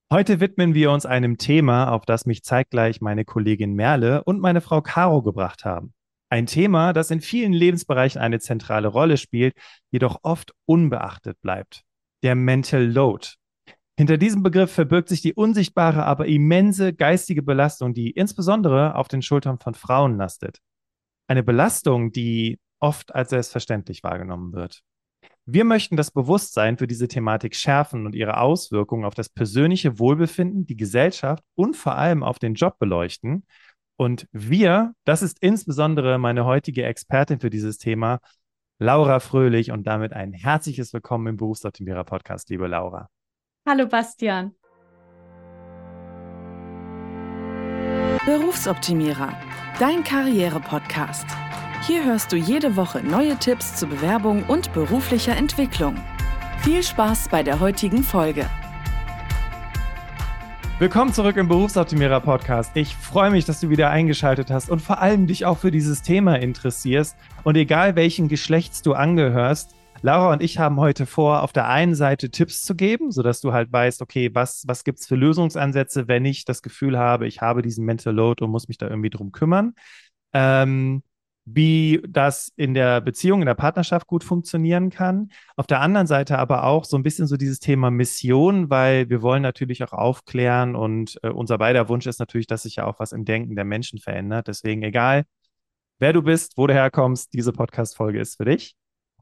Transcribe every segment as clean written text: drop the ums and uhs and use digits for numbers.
Heute widmen wir uns einem Thema, auf das mich zeitgleich meine Kollegin Merle und meine Frau Caro gebracht haben. Ein Thema, das in vielen Lebensbereichen eine zentrale Rolle spielt, jedoch oft unbeachtet bleibt. Der Mental Load. Hinter diesem Begriff verbirgt sich die unsichtbare, aber immense geistige Belastung, die insbesondere auf den Schultern von Frauen lastet. Eine Belastung, die oft als selbstverständlich wahrgenommen wird. Wir möchten das Bewusstsein für diese Thematik schärfen und ihre Auswirkungen auf das persönliche Wohlbefinden, die Gesellschaft und vor allem auf den Job beleuchten. Und wir, das ist insbesondere meine heutige Expertin für dieses Thema, Laura Fröhlich, und damit ein herzliches Willkommen im Berufsoptimierer Podcast, liebe Laura. Hallo Bastian. Berufsoptimierer, dein Karriere-Podcast. Hier hörst du jede Woche neue Tipps zur Bewerbung und beruflicher Entwicklung. Viel Spaß bei der heutigen Folge. Willkommen zurück im Berufsoptimierer Podcast. Ich freue mich, dass du wieder eingeschaltet hast und vor allem dich auch für dieses Thema interessierst. Und egal welchen Geschlechts du angehörst, Laura und ich haben heute vor, auf der einen Seite Tipps zu geben, sodass du halt weißt, okay, was gibt es für Lösungsansätze, wenn ich das Gefühl habe, ich habe diesen Mental Load und muss mich da irgendwie drum kümmern. Wie das in der Beziehung, in der Partnerschaft gut funktionieren kann. Auf der anderen Seite aber auch so ein bisschen so dieses Thema Mission, weil wir wollen natürlich auch aufklären und unser beider Wunsch ist natürlich, dass sich ja auch was im Denken der Menschen verändert. Deswegen egal, wer du bist, wo du herkommst, diese Podcast-Folge ist für dich.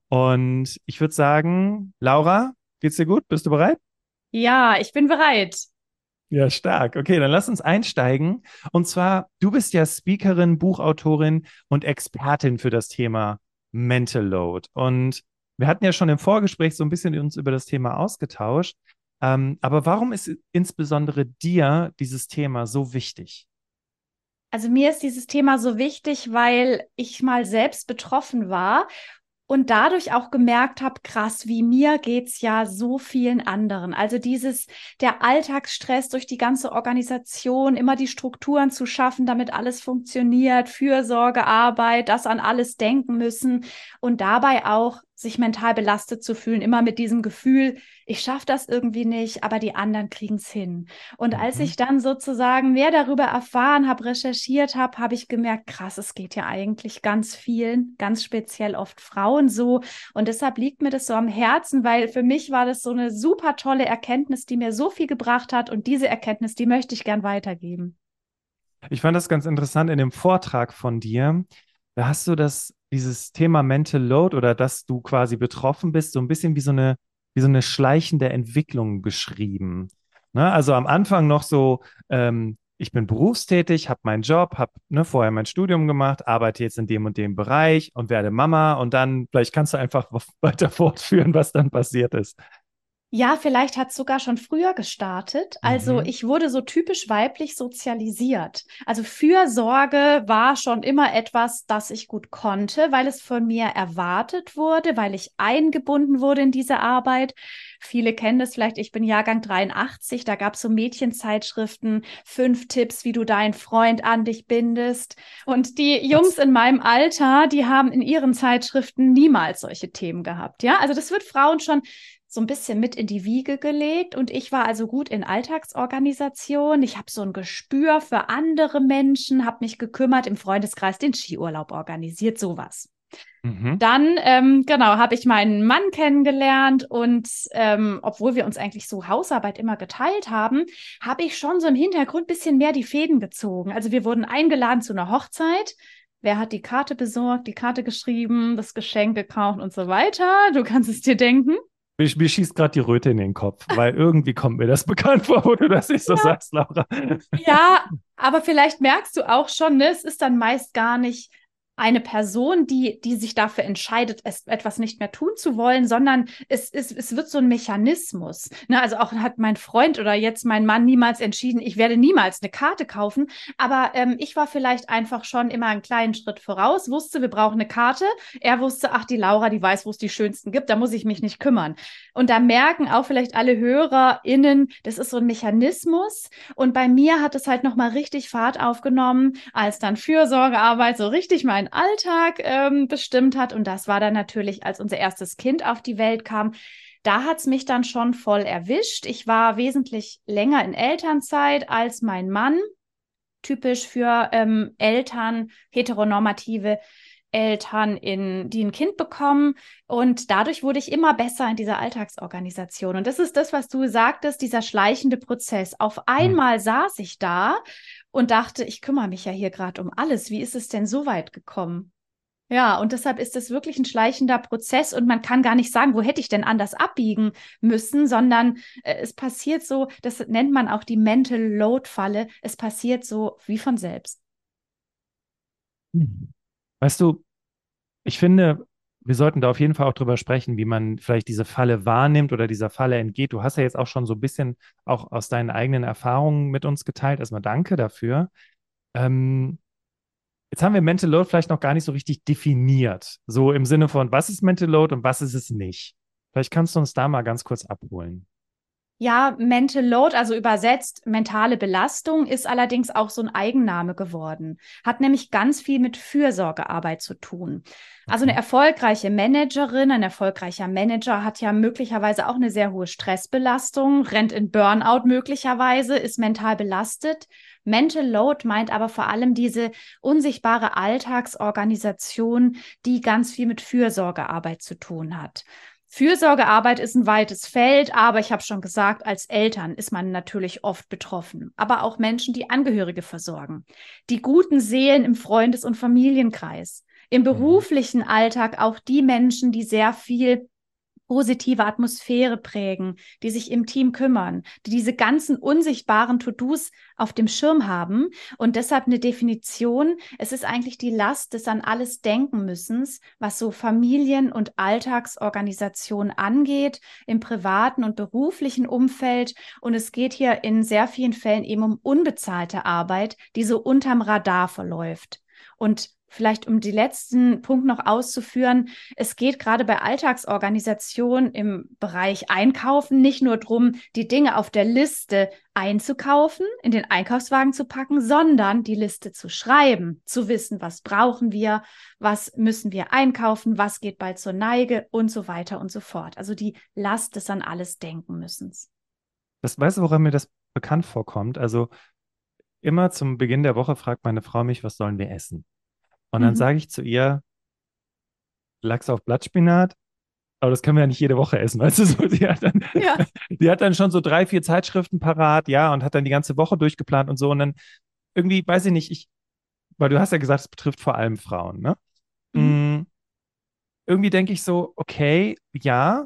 Und ich würde sagen, Laura, geht's dir gut? Bist du bereit? Ja, ich bin bereit. Ja, stark. Okay, dann lass uns einsteigen. Und zwar, du bist ja Speakerin, Buchautorin und Expertin für das Thema Mental Load. Und wir hatten ja schon im Vorgespräch so ein bisschen uns über das Thema ausgetauscht. Aber warum ist insbesondere dir dieses Thema so wichtig? Also mir ist dieses Thema so wichtig, weil ich mal selbst betroffen war und dadurch auch gemerkt habe, krass, wie mir geht's ja so vielen anderen. Also der Alltagsstress durch die ganze Organisation, immer die Strukturen zu schaffen, damit alles funktioniert, Fürsorgearbeit, das an alles denken müssen und dabei auch sich mental belastet zu fühlen, immer mit diesem Gefühl, ich schaffe das irgendwie nicht, aber die anderen kriegen es hin. Und als Mhm. ich dann sozusagen mehr darüber erfahren habe, recherchiert habe, habe ich gemerkt, krass, es geht ja eigentlich ganz vielen, ganz speziell oft Frauen so. Und deshalb liegt mir das so am Herzen, weil für mich war das so eine super tolle Erkenntnis, die mir so viel gebracht hat. Und diese Erkenntnis, die möchte ich gern weitergeben. Ich fand das ganz interessant in dem Vortrag von dir. Da hast du dieses Thema Mental Load oder dass du quasi betroffen bist, so ein bisschen wie so eine schleichende Entwicklung beschrieben. Ne? Also am Anfang noch so, ich bin berufstätig, habe meinen Job, habe vorher mein Studium gemacht, arbeite jetzt in dem und dem Bereich und werde Mama und dann, vielleicht kannst du einfach weiter fortführen, was dann passiert ist. Ja, vielleicht hat es sogar schon früher gestartet. Also Mhm. ich wurde so typisch weiblich sozialisiert. Also Fürsorge war schon immer etwas, das ich gut konnte, weil es von mir erwartet wurde, weil ich eingebunden wurde in diese Arbeit. Viele kennen das vielleicht, ich bin Jahrgang 83, da gab es so Mädchenzeitschriften, 5 Tipps, wie du deinen Freund an dich bindest. Und die Jungs Was? in meinem Alter, die haben in ihren Zeitschriften niemals solche Themen gehabt. Ja, also das wird Frauen schon so ein bisschen mit in die Wiege gelegt und ich war also gut in Alltagsorganisation. Ich habe so ein Gespür für andere Menschen, habe mich gekümmert, im Freundeskreis den Skiurlaub organisiert, sowas. Mhm. Dann, genau, habe ich meinen Mann kennengelernt und obwohl wir uns eigentlich so Hausarbeit immer geteilt haben, habe ich schon so im Hintergrund ein bisschen mehr die Fäden gezogen. Also wir wurden eingeladen zu einer Hochzeit. Wer hat die Karte besorgt, die Karte geschrieben, das Geschenk gekauft und so weiter? Du kannst es dir denken. Mir schießt gerade die Röte in den Kopf, weil irgendwie kommt mir das bekannt vor, wo du das nicht so sagst, Laura. Ja, aber vielleicht merkst du auch schon, ne, es ist dann meist gar nicht eine Person, die sich dafür entscheidet, etwas nicht mehr tun zu wollen, sondern es wird so ein Mechanismus. Ne? Also auch hat mein Freund oder jetzt mein Mann niemals entschieden, ich werde niemals eine Karte kaufen. Aber ich war vielleicht einfach schon immer einen kleinen Schritt voraus, wusste, wir brauchen eine Karte. Er wusste, ach, die Laura, die weiß, wo es die schönsten gibt, da muss ich mich nicht kümmern. Und da merken auch vielleicht alle HörerInnen, das ist so ein Mechanismus. Und bei mir hat es halt nochmal richtig Fahrt aufgenommen, als dann Fürsorgearbeit so richtig meinen Alltag bestimmt hat. Und das war dann natürlich, als unser erstes Kind auf die Welt kam, da hat es mich dann schon voll erwischt. Ich war wesentlich länger in Elternzeit als mein Mann. Typisch für Eltern, heteronormative Eltern, die ein Kind bekommen. Und dadurch wurde ich immer besser in dieser Alltagsorganisation. Und das ist das, was du sagtest, dieser schleichende Prozess. Auf einmal saß ich da und dachte, ich kümmere mich ja hier gerade um alles. Wie ist es denn so weit gekommen? Ja, und deshalb ist es wirklich ein schleichender Prozess und man kann gar nicht sagen, wo hätte ich denn anders abbiegen müssen, sondern es passiert so, das nennt man auch die Mental Load Falle, es passiert so wie von selbst. Weißt du, ich finde, wir sollten da auf jeden Fall auch drüber sprechen, wie man vielleicht diese Falle wahrnimmt oder dieser Falle entgeht. Du hast ja jetzt auch schon so ein bisschen auch aus deinen eigenen Erfahrungen mit uns geteilt. Erstmal danke dafür. Ähm, Jetzt haben wir Mental Load vielleicht noch gar nicht so richtig definiert. So im Sinne von, was ist Mental Load und was ist es nicht? Vielleicht kannst du uns da mal ganz kurz abholen. Ja, Mental Load, also übersetzt mentale Belastung, ist allerdings auch so ein Eigenname geworden. Hat nämlich ganz viel mit Fürsorgearbeit zu tun. Also eine erfolgreiche Managerin, ein erfolgreicher Manager hat ja möglicherweise auch eine sehr hohe Stressbelastung, rennt in Burnout möglicherweise, ist mental belastet. Mental Load meint aber vor allem diese unsichtbare Alltagsorganisation, die ganz viel mit Fürsorgearbeit zu tun hat. Fürsorgearbeit ist ein weites Feld, aber ich habe schon gesagt, als Eltern ist man natürlich oft betroffen. Aber auch Menschen, die Angehörige versorgen. Die guten Seelen im Freundes- und Familienkreis. Im beruflichen Alltag auch die Menschen, die sehr viel positive Atmosphäre prägen, die sich im Team kümmern, die diese ganzen unsichtbaren To-Dos auf dem Schirm haben und deshalb eine Definition, es ist eigentlich die Last des an alles denken müssens, was so Familien- und Alltagsorganisation angeht, im privaten und beruflichen Umfeld und es geht hier in sehr vielen Fällen eben um unbezahlte Arbeit, die so unterm Radar verläuft. Und vielleicht um die letzten Punkt noch auszuführen, es geht gerade bei Alltagsorganisation im Bereich Einkaufen nicht nur darum, die Dinge auf der Liste einzukaufen, in den Einkaufswagen zu packen, sondern die Liste zu schreiben, zu wissen, was brauchen wir, was müssen wir einkaufen, was geht bald zur Neige und so weiter und so fort. Also die Last des an alles denken müssens. Weißt du, woran mir das bekannt vorkommt? Also immer zum Beginn der Woche fragt meine Frau mich, was sollen wir essen? Und dann sage ich zu ihr, Lachs auf Blattspinat, aber das können wir ja nicht jede Woche essen, weißt du, so, die hat dann schon so 3, 4 Zeitschriften parat, ja, und hat dann die ganze Woche durchgeplant und so und dann irgendwie, weiß ich nicht, weil du hast ja gesagt, es betrifft vor allem Frauen, ne? Irgendwie denke ich so, okay, ja,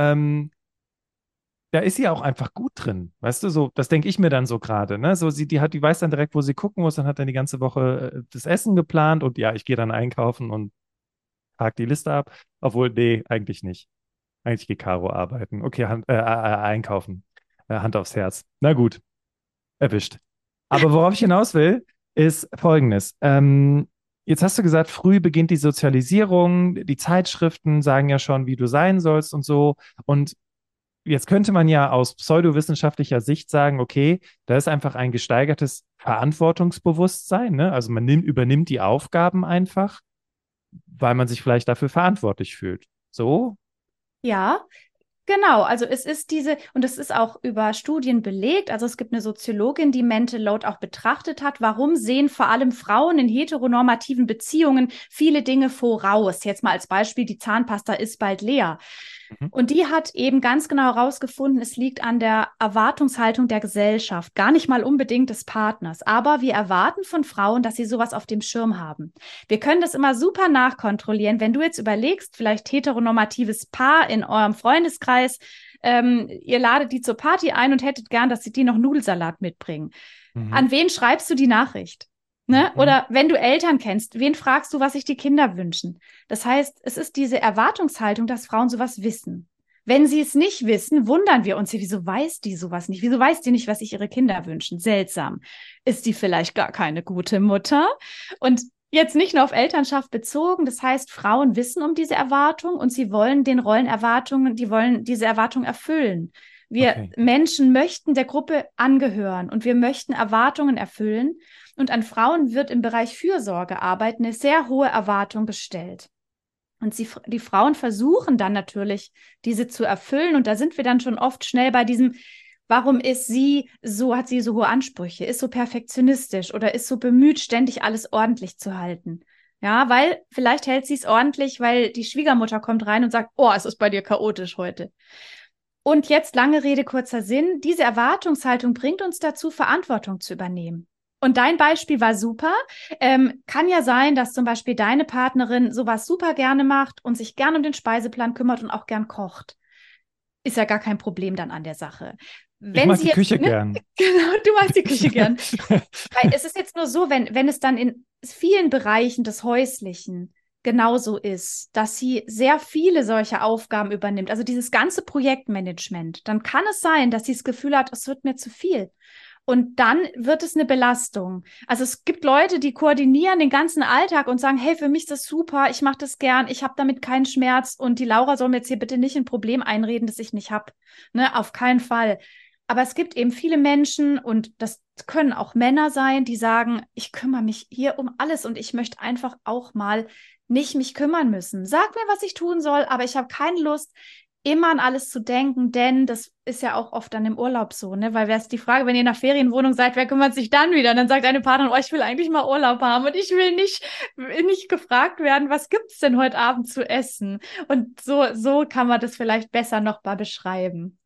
da ist sie auch einfach gut drin, weißt du, so, das denke ich mir dann so gerade, ne, so, die weiß dann direkt, wo sie gucken muss, dann hat dann die ganze Woche das Essen geplant und ja, ich gehe dann einkaufen und hake die Liste ab, obwohl, nee, eigentlich nicht. Eigentlich geht Caro arbeiten. Okay, einkaufen. Hand aufs Herz. Na gut, erwischt. Aber worauf ich hinaus will, ist Folgendes. Jetzt hast du gesagt, früh beginnt die Sozialisierung, die Zeitschriften sagen ja schon, wie du sein sollst und so. Und jetzt könnte man ja aus pseudowissenschaftlicher Sicht sagen, okay, da ist einfach ein gesteigertes Verantwortungsbewusstsein, ne? Also man übernimmt die Aufgaben einfach, weil man sich vielleicht dafür verantwortlich fühlt. So? Ja, genau, also es ist und es ist auch über Studien belegt, also es gibt eine Soziologin, die Mental Load auch betrachtet hat, warum sehen vor allem Frauen in heteronormativen Beziehungen viele Dinge voraus. Jetzt mal als Beispiel, die Zahnpasta ist bald leer. Und die hat eben ganz genau herausgefunden, es liegt an der Erwartungshaltung der Gesellschaft, gar nicht mal unbedingt des Partners. Aber wir erwarten von Frauen, dass sie sowas auf dem Schirm haben. Wir können das immer super nachkontrollieren. Wenn du jetzt überlegst, vielleicht heteronormatives Paar in eurem Freundeskreis, ihr ladet die zur Party ein und hättet gern, dass sie die noch Nudelsalat mitbringen. An wen schreibst du die Nachricht? Ne? Oder wenn du Eltern kennst, wen fragst du, was sich die Kinder wünschen? Das heißt, es ist diese Erwartungshaltung, dass Frauen sowas wissen. Wenn sie es nicht wissen, wundern wir uns, wieso weiß die sowas nicht? Wieso weiß die nicht, was sich ihre Kinder wünschen? Seltsam. Ist die vielleicht gar keine gute Mutter? Und jetzt nicht nur auf Elternschaft bezogen, das heißt, Frauen wissen um diese Erwartung und sie wollen den Rollenerwartungen, die wollen diese Erwartung erfüllen. Wir Menschen möchten der Gruppe angehören und wir möchten Erwartungen erfüllen. Und an Frauen wird im Bereich Fürsorgearbeit eine sehr hohe Erwartung gestellt. Und die Frauen versuchen dann natürlich, diese zu erfüllen. Und da sind wir dann schon oft schnell bei diesem, warum hat sie so hohe Ansprüche, ist so perfektionistisch oder ist so bemüht, ständig alles ordentlich zu halten. Ja, weil vielleicht hält sie es ordentlich, weil die Schwiegermutter kommt rein und sagt, oh, es ist bei dir chaotisch heute. Und jetzt lange Rede, kurzer Sinn, diese Erwartungshaltung bringt uns dazu, Verantwortung zu übernehmen. Und dein Beispiel war super. Kann ja sein, dass zum Beispiel deine Partnerin sowas super gerne macht und sich gern um den Speiseplan kümmert und auch gern kocht. Ist ja gar kein Problem dann an der Sache. Ich mag die Küche gern. Genau, du magst die Küche gern. Weil es ist jetzt nur so, wenn es dann in vielen Bereichen des Häuslichen genauso ist, dass sie sehr viele solche Aufgaben übernimmt, also dieses ganze Projektmanagement, dann kann es sein, dass sie das Gefühl hat, es wird mir zu viel. Und dann wird es eine Belastung. Also es gibt Leute, die koordinieren den ganzen Alltag und sagen, hey, für mich ist das super, ich mache das gern, ich habe damit keinen Schmerz und die Laura soll mir jetzt hier bitte nicht ein Problem einreden, das ich nicht habe. Ne, auf keinen Fall. Aber es gibt eben viele Menschen und das können auch Männer sein, die sagen, ich kümmere mich hier um alles und ich möchte einfach auch mal nicht mich kümmern müssen. Sag mir, was ich tun soll, aber ich habe keine Lust, immer an alles zu denken, denn das ist ja auch oft dann im Urlaub so, ne? Weil wäre es die Frage, wenn ihr nach Ferienwohnung seid, wer kümmert sich dann wieder? Und dann sagt eine Partnerin, oh, ich will eigentlich mal Urlaub haben und ich will nicht gefragt werden, was gibt's denn heute Abend zu essen? Und so kann man das vielleicht besser noch mal beschreiben.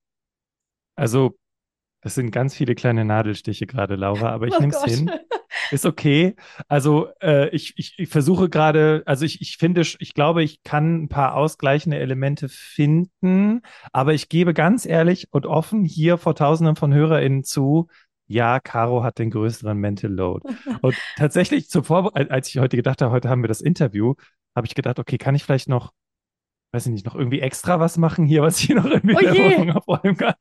Also, das sind ganz viele kleine Nadelstiche gerade, Laura, aber ich Oh nehme es Gott. hin. Ist okay. Also ich versuche gerade, also ich finde, ich glaube, ich kann ein paar ausgleichende Elemente finden, aber ich gebe ganz ehrlich und offen hier vor Tausenden von HörerInnen zu, ja, Caro hat den größeren Mental Load. Und tatsächlich als ich heute gedacht habe, heute haben wir das Interview, habe ich gedacht, okay, kann ich vielleicht noch, weiß ich nicht, noch irgendwie extra was machen hier, was ich noch irgendwie in der Wohnung aufräumen kann.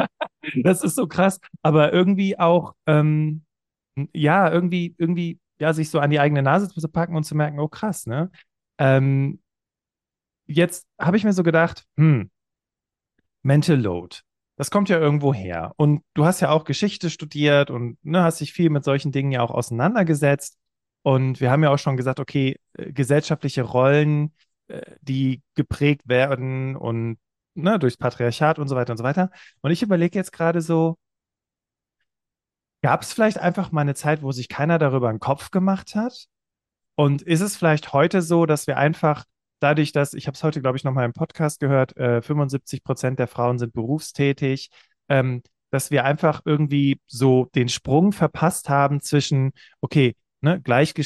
Das ist so krass, aber irgendwie auch, ja, irgendwie, ja, sich so an die eigene Nase zu packen und zu merken, oh krass, ne? Ähm, Jetzt habe ich mir so gedacht, Mental Load, das kommt ja irgendwo her. Und du hast ja auch Geschichte studiert und ne, hast dich viel mit solchen Dingen ja auch auseinandergesetzt. Und wir haben ja auch schon gesagt, okay, gesellschaftliche Rollen, die geprägt werden und ne, durchs Patriarchat und so weiter und so weiter. Und ich überlege jetzt gerade so, gab es vielleicht einfach mal eine Zeit, wo sich keiner darüber einen Kopf gemacht hat? Und ist es vielleicht heute so, dass wir einfach dadurch, dass, ich habe es heute, glaube ich, nochmal im Podcast gehört, 75% der Frauen sind berufstätig, dass wir einfach irgendwie so den Sprung verpasst haben zwischen, okay, ne,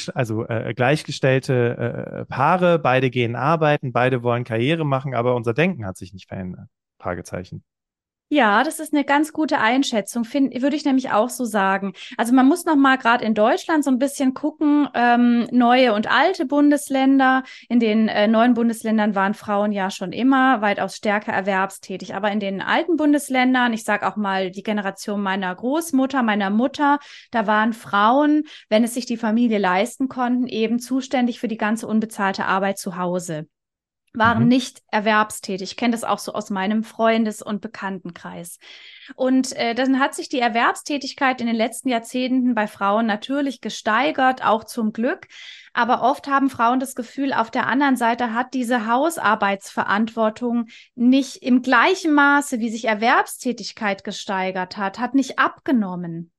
gleichgestellte Paare, beide gehen arbeiten, beide wollen Karriere machen, aber unser Denken hat sich nicht verändert. Fragezeichen. Ja, das ist eine ganz gute Einschätzung, würde ich nämlich auch so sagen. Also man muss noch mal gerade in Deutschland so ein bisschen gucken, neue und alte Bundesländer. In den neuen Bundesländern waren Frauen ja schon immer weitaus stärker erwerbstätig. Aber in den alten Bundesländern, ich sage auch mal die Generation meiner Großmutter, meiner Mutter, da waren Frauen, wenn es sich die Familie leisten konnten, eben zuständig für die ganze unbezahlte Arbeit zu Hause. Waren nicht erwerbstätig. Ich kenne das auch so aus meinem Freundes- und Bekanntenkreis. Und dann hat sich die Erwerbstätigkeit in den letzten Jahrzehnten bei Frauen natürlich gesteigert, auch zum Glück. Aber oft haben Frauen das Gefühl, auf der anderen Seite hat diese Hausarbeitsverantwortung nicht im gleichen Maße, wie sich Erwerbstätigkeit gesteigert hat nicht abgenommen.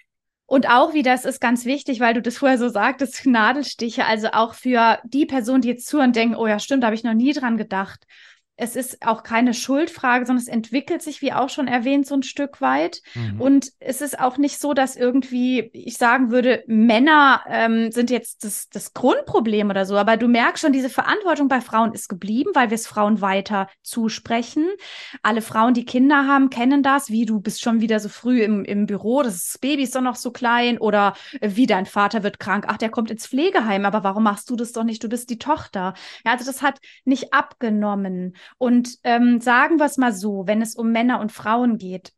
Und auch wieder, es ist ganz wichtig, weil du das vorher so sagtest, Nadelstiche, also auch für die Person, die jetzt zuhören und denken, oh ja, stimmt, da habe ich noch nie dran gedacht. Es ist auch keine Schuldfrage, sondern es entwickelt sich, wie auch schon erwähnt, so ein Stück weit. Und es ist auch nicht so, dass irgendwie, ich sagen würde, Männer sind jetzt das Grundproblem oder so. Aber du merkst schon, diese Verantwortung bei Frauen ist geblieben, weil wir es Frauen weiter zusprechen. Alle Frauen, die Kinder haben, kennen das, wie du bist schon wieder so früh im Büro, das Baby ist doch noch so klein oder wie dein Vater wird krank, ach, der kommt ins Pflegeheim, aber warum machst du das doch nicht, du bist die Tochter. Ja, also das hat nicht abgenommen. Und sagen wir es mal so, wenn es um Männer und Frauen geht,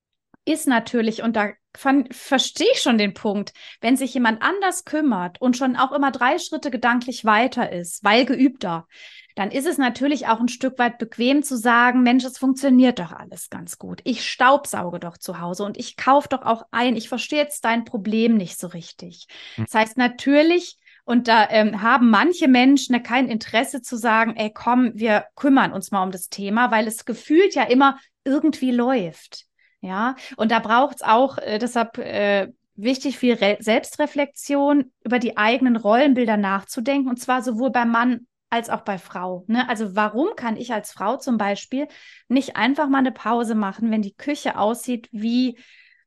ist natürlich, und da verstehe ich schon den Punkt, wenn sich jemand anders kümmert und schon auch immer 3 Schritte gedanklich weiter ist, weil geübter, dann ist es natürlich auch ein Stück weit bequem zu sagen, Mensch, es funktioniert doch alles ganz gut. Ich staubsauge doch zu Hause und ich kaufe doch auch ein. Ich verstehe jetzt dein Problem nicht so richtig. Das heißt, natürlich Und da haben manche Menschen kein Interesse zu sagen, ey, komm, wir kümmern uns mal um das Thema, weil es gefühlt ja immer irgendwie läuft. Ja, und da braucht es auch deshalb wichtig viel Selbstreflexion, über die eigenen Rollenbilder nachzudenken, und zwar sowohl beim Mann als auch bei Frau. Ne? Also warum kann ich als Frau zum Beispiel nicht einfach mal eine Pause machen, wenn die Küche aussieht wie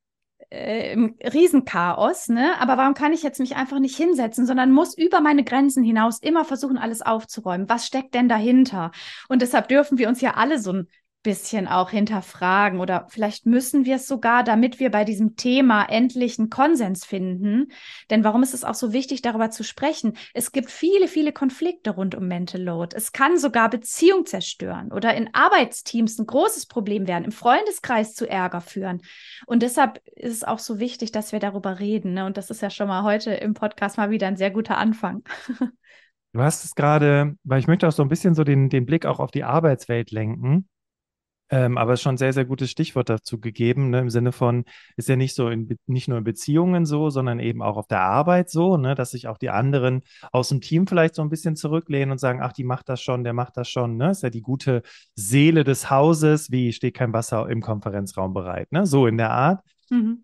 im Riesenchaos, ne? Aber warum kann ich jetzt mich einfach nicht hinsetzen, sondern muss über meine Grenzen hinaus immer versuchen, alles aufzuräumen? Was steckt denn dahinter? Und deshalb dürfen wir uns ja alle so ein bisschen auch hinterfragen, oder vielleicht müssen wir es sogar, damit wir bei diesem Thema endlich einen Konsens finden. Denn warum ist es auch so wichtig, darüber zu sprechen? Es gibt viele, viele Konflikte rund um Mental Load. Es kann sogar Beziehungen zerstören oder in Arbeitsteams ein großes Problem werden, im Freundeskreis zu Ärger führen. Und deshalb ist es auch so wichtig, dass wir darüber reden. Ne? Und das ist ja schon mal heute im Podcast mal wieder ein sehr guter Anfang. Du hast es gerade, weil ich möchte auch so ein bisschen so den Blick auch auf die Arbeitswelt lenken. Aber es ist schon ein sehr, sehr gutes Stichwort dazu gegeben, ne, im Sinne von, ist ja nicht so nicht nur in Beziehungen so, sondern eben auch auf der Arbeit so, ne, dass sich auch die anderen aus dem Team vielleicht so ein bisschen zurücklehnen und sagen, ach, die macht das schon, der macht das schon, ne, ist ja die gute Seele des Hauses, wie steht kein Wasser im Konferenzraum bereit, ne, so in der Art. Mhm.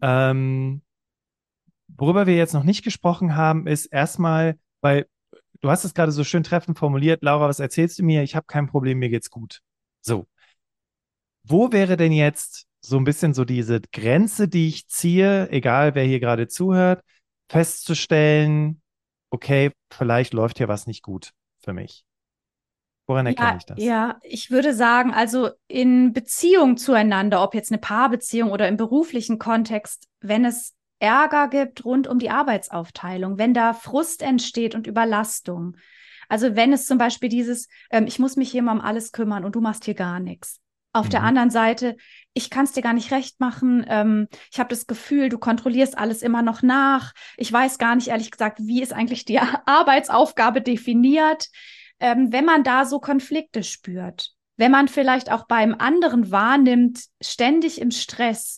Worüber wir jetzt noch nicht gesprochen haben, ist erstmal, weil du hast es gerade so schön treffend formuliert, Laura, was erzählst du mir? Ich habe kein Problem, mir geht's gut. So. Wo wäre denn jetzt so ein bisschen so diese Grenze, die ich ziehe, egal wer hier gerade zuhört, festzustellen, okay, vielleicht läuft hier was nicht gut für mich. Woran erkenne Ja, ich das? ja, ich würde sagen, also in Beziehung zueinander, ob jetzt eine Paarbeziehung oder im beruflichen Kontext, wenn es Ärger gibt rund um die Arbeitsaufteilung, wenn da Frust entsteht und Überlastung. Also wenn es zum Beispiel ich muss mich hier mal um alles kümmern und du machst hier gar nichts. Auf der Mhm. anderen Seite, ich kann es dir gar nicht recht machen. Ich habe das Gefühl, du kontrollierst alles immer noch nach. Ich weiß gar nicht, ehrlich gesagt, wie ist eigentlich die Arbeitsaufgabe definiert. Wenn man da so Konflikte spürt, wenn man vielleicht auch beim anderen wahrnimmt, ständig im Stress,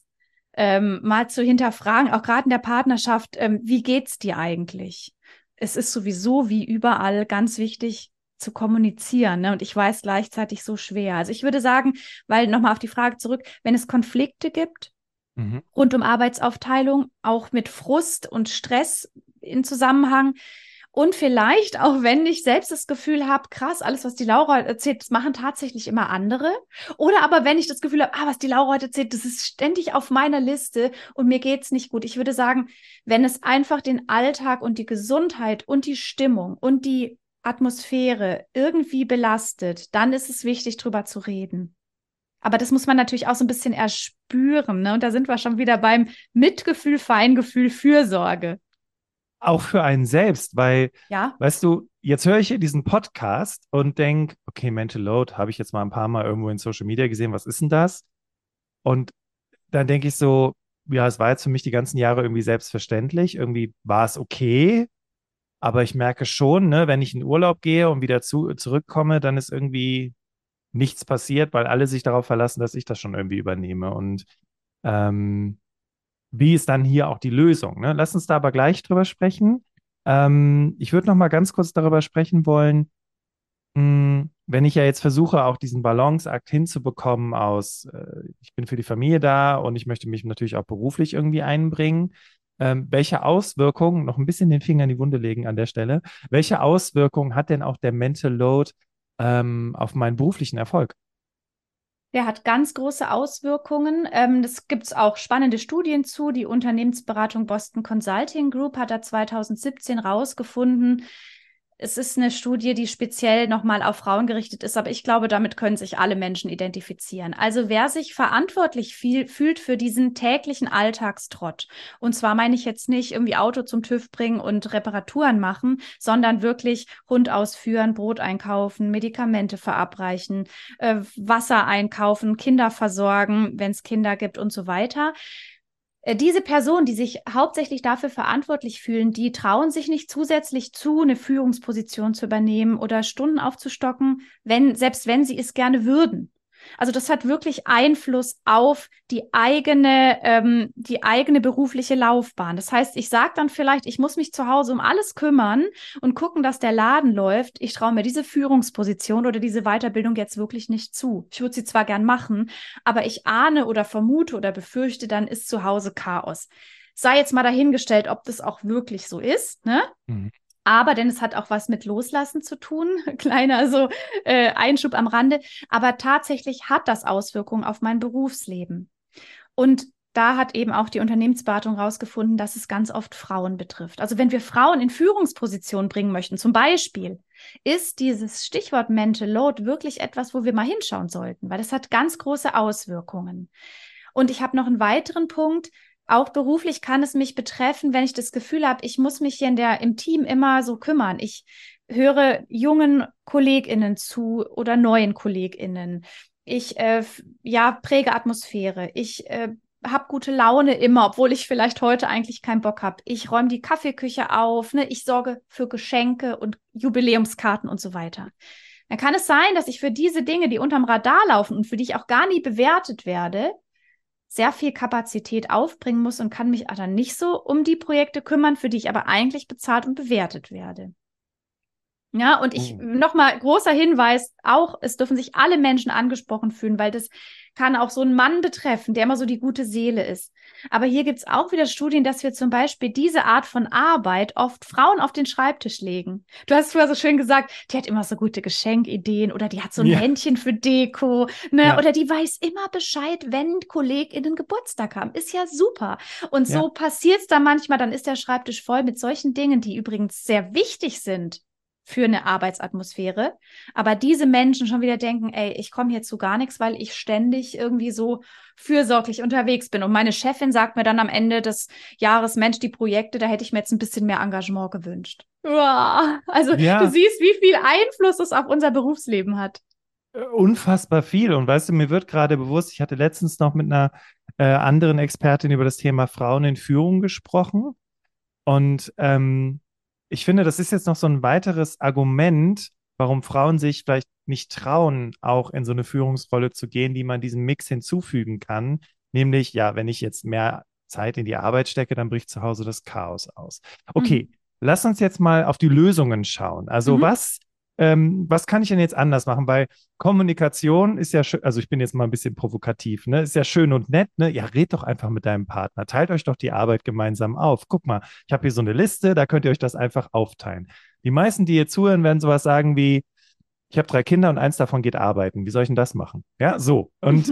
mal zu hinterfragen, auch gerade in der Partnerschaft, wie geht's dir eigentlich? Es ist sowieso wie überall ganz wichtig zu kommunizieren, ne? Und ich weiß gleichzeitig so schwer. Also ich würde sagen, weil nochmal auf die Frage zurück, wenn es Konflikte gibt Mhm. rund um Arbeitsaufteilung, auch mit Frust und Stress in Zusammenhang, und vielleicht auch, wenn ich selbst das Gefühl habe, krass, alles, was die Laura erzählt, das machen tatsächlich immer andere. Oder aber wenn ich das Gefühl habe, was die Laura heute erzählt, das ist ständig auf meiner Liste und mir geht's nicht gut. Ich würde sagen, wenn es einfach den Alltag und die Gesundheit und die Stimmung und die Atmosphäre irgendwie belastet, dann ist es wichtig, drüber zu reden. Aber das muss man natürlich auch so ein bisschen erspüren, ne? Und da sind wir schon wieder beim Mitgefühl, Feingefühl, Fürsorge. Auch für einen selbst, weil, Ja. weißt du, jetzt höre ich hier diesen Podcast und denke, okay, Mental Load habe ich jetzt mal ein paar Mal irgendwo in Social Media gesehen, was ist denn das? Und dann denke ich so, ja, es war jetzt für mich die ganzen Jahre irgendwie selbstverständlich, irgendwie war es okay, aber ich merke schon, ne, wenn ich in Urlaub gehe und wieder zurückkomme, dann ist irgendwie nichts passiert, weil alle sich darauf verlassen, dass ich das schon irgendwie übernehme. Und ähm, wie ist dann hier auch die Lösung? Ne? Lass uns da aber gleich drüber sprechen. Ich würde noch mal ganz kurz darüber sprechen wollen, wenn ich ja jetzt versuche, auch diesen Balanceakt hinzubekommen ich bin für die Familie da und ich möchte mich natürlich auch beruflich irgendwie einbringen. Welche Auswirkungen, noch ein bisschen den Finger in die Wunde legen an der Stelle, welche Auswirkungen hat denn auch der Mental Load auf meinen beruflichen Erfolg? Der hat ganz große Auswirkungen. Das gibt es auch spannende Studien zu. Die Unternehmensberatung Boston Consulting Group hat da 2017 rausgefunden. Es ist eine Studie, die speziell nochmal auf Frauen gerichtet ist, aber ich glaube, damit können sich alle Menschen identifizieren. Also wer sich verantwortlich fühlt für diesen täglichen Alltagstrott, und zwar meine ich jetzt nicht irgendwie Auto zum TÜV bringen und Reparaturen machen, sondern wirklich Hund ausführen, Brot einkaufen, Medikamente verabreichen, Wasser einkaufen, Kinder versorgen, wenn es Kinder gibt und so weiter. Diese Personen, die sich hauptsächlich dafür verantwortlich fühlen, die trauen sich nicht zusätzlich zu, eine Führungsposition zu übernehmen oder Stunden aufzustocken, selbst wenn sie es gerne würden. Also das hat wirklich Einfluss auf die eigene berufliche Laufbahn. Das heißt, ich sage dann vielleicht, ich muss mich zu Hause um alles kümmern und gucken, dass der Laden läuft. Ich traue mir diese Führungsposition oder diese Weiterbildung jetzt wirklich nicht zu. Ich würde sie zwar gern machen, aber ich ahne oder vermute oder befürchte, dann ist zu Hause Chaos. Sei jetzt mal dahingestellt, ob das auch wirklich so ist, ne? Mhm. Aber, denn es hat auch was mit Loslassen zu tun, kleiner Einschub am Rande, aber tatsächlich hat das Auswirkungen auf mein Berufsleben. Und da hat eben auch die Unternehmensberatung herausgefunden, dass es ganz oft Frauen betrifft. Also wenn wir Frauen in Führungspositionen bringen möchten, zum Beispiel, ist dieses Stichwort Mental Load wirklich etwas, wo wir mal hinschauen sollten, weil das hat ganz große Auswirkungen. Und ich habe noch einen weiteren Punkt. Auch beruflich kann es mich betreffen, wenn ich das Gefühl habe, ich muss mich hier im Team immer so kümmern. Ich höre jungen KollegInnen zu oder neuen KollegInnen. Ich präge Atmosphäre. Ich habe gute Laune immer, obwohl ich vielleicht heute eigentlich keinen Bock habe. Ich räume die Kaffeeküche auf, ne? Ich sorge für Geschenke und Jubiläumskarten und so weiter. Dann kann es sein, dass ich für diese Dinge, die unterm Radar laufen und für die ich auch gar nie bewertet werde, sehr viel Kapazität aufbringen muss und kann mich dann nicht so um die Projekte kümmern, für die ich aber eigentlich bezahlt und bewertet werde. Ja, und nochmal großer Hinweis, auch es dürfen sich alle Menschen angesprochen fühlen, weil das kann auch so einen Mann betreffen, der immer so die gute Seele ist. Aber hier gibt es auch wieder Studien, dass wir zum Beispiel diese Art von Arbeit oft Frauen auf den Schreibtisch legen. Du hast früher so schön gesagt, die hat immer so gute Geschenkideen oder die hat so ein Händchen für Deko, ne? Ja. Oder die weiß immer Bescheid, wenn KollegInnen Geburtstag haben. Ist ja super. Und so passiert es da manchmal, dann ist der Schreibtisch voll mit solchen Dingen, die übrigens sehr wichtig sind für eine Arbeitsatmosphäre. Aber diese Menschen schon wieder denken, ey, ich komme hier zu gar nichts, weil ich ständig irgendwie so fürsorglich unterwegs bin. Und meine Chefin sagt mir dann am Ende des Jahres, Mensch, die Projekte, da hätte ich mir jetzt ein bisschen mehr Engagement gewünscht. Also du siehst, wie viel Einfluss es auf unser Berufsleben hat. Unfassbar viel. Und weißt du, mir wird gerade bewusst, ich hatte letztens noch mit einer anderen Expertin über das Thema Frauen in Führung gesprochen. Und ich finde, das ist jetzt noch so ein weiteres Argument, warum Frauen sich vielleicht nicht trauen, auch in so eine Führungsrolle zu gehen, die man diesem Mix hinzufügen kann. Nämlich, ja, wenn ich jetzt mehr Zeit in die Arbeit stecke, dann bricht zu Hause das Chaos aus. Okay, lass uns jetzt mal auf die Lösungen schauen. Also was kann ich denn jetzt anders machen? Weil Kommunikation ist ja schön, also ich bin jetzt mal ein bisschen provokativ, ne? Ist ja schön und nett, ne? Ja, red doch einfach mit deinem Partner. Teilt euch doch die Arbeit gemeinsam auf. Guck mal, ich habe hier so eine Liste, da könnt ihr euch das einfach aufteilen. Die meisten, die hier zuhören, werden sowas sagen wie, ich habe 3 Kinder und eins davon geht arbeiten. Wie soll ich denn das machen? Ja, so. Und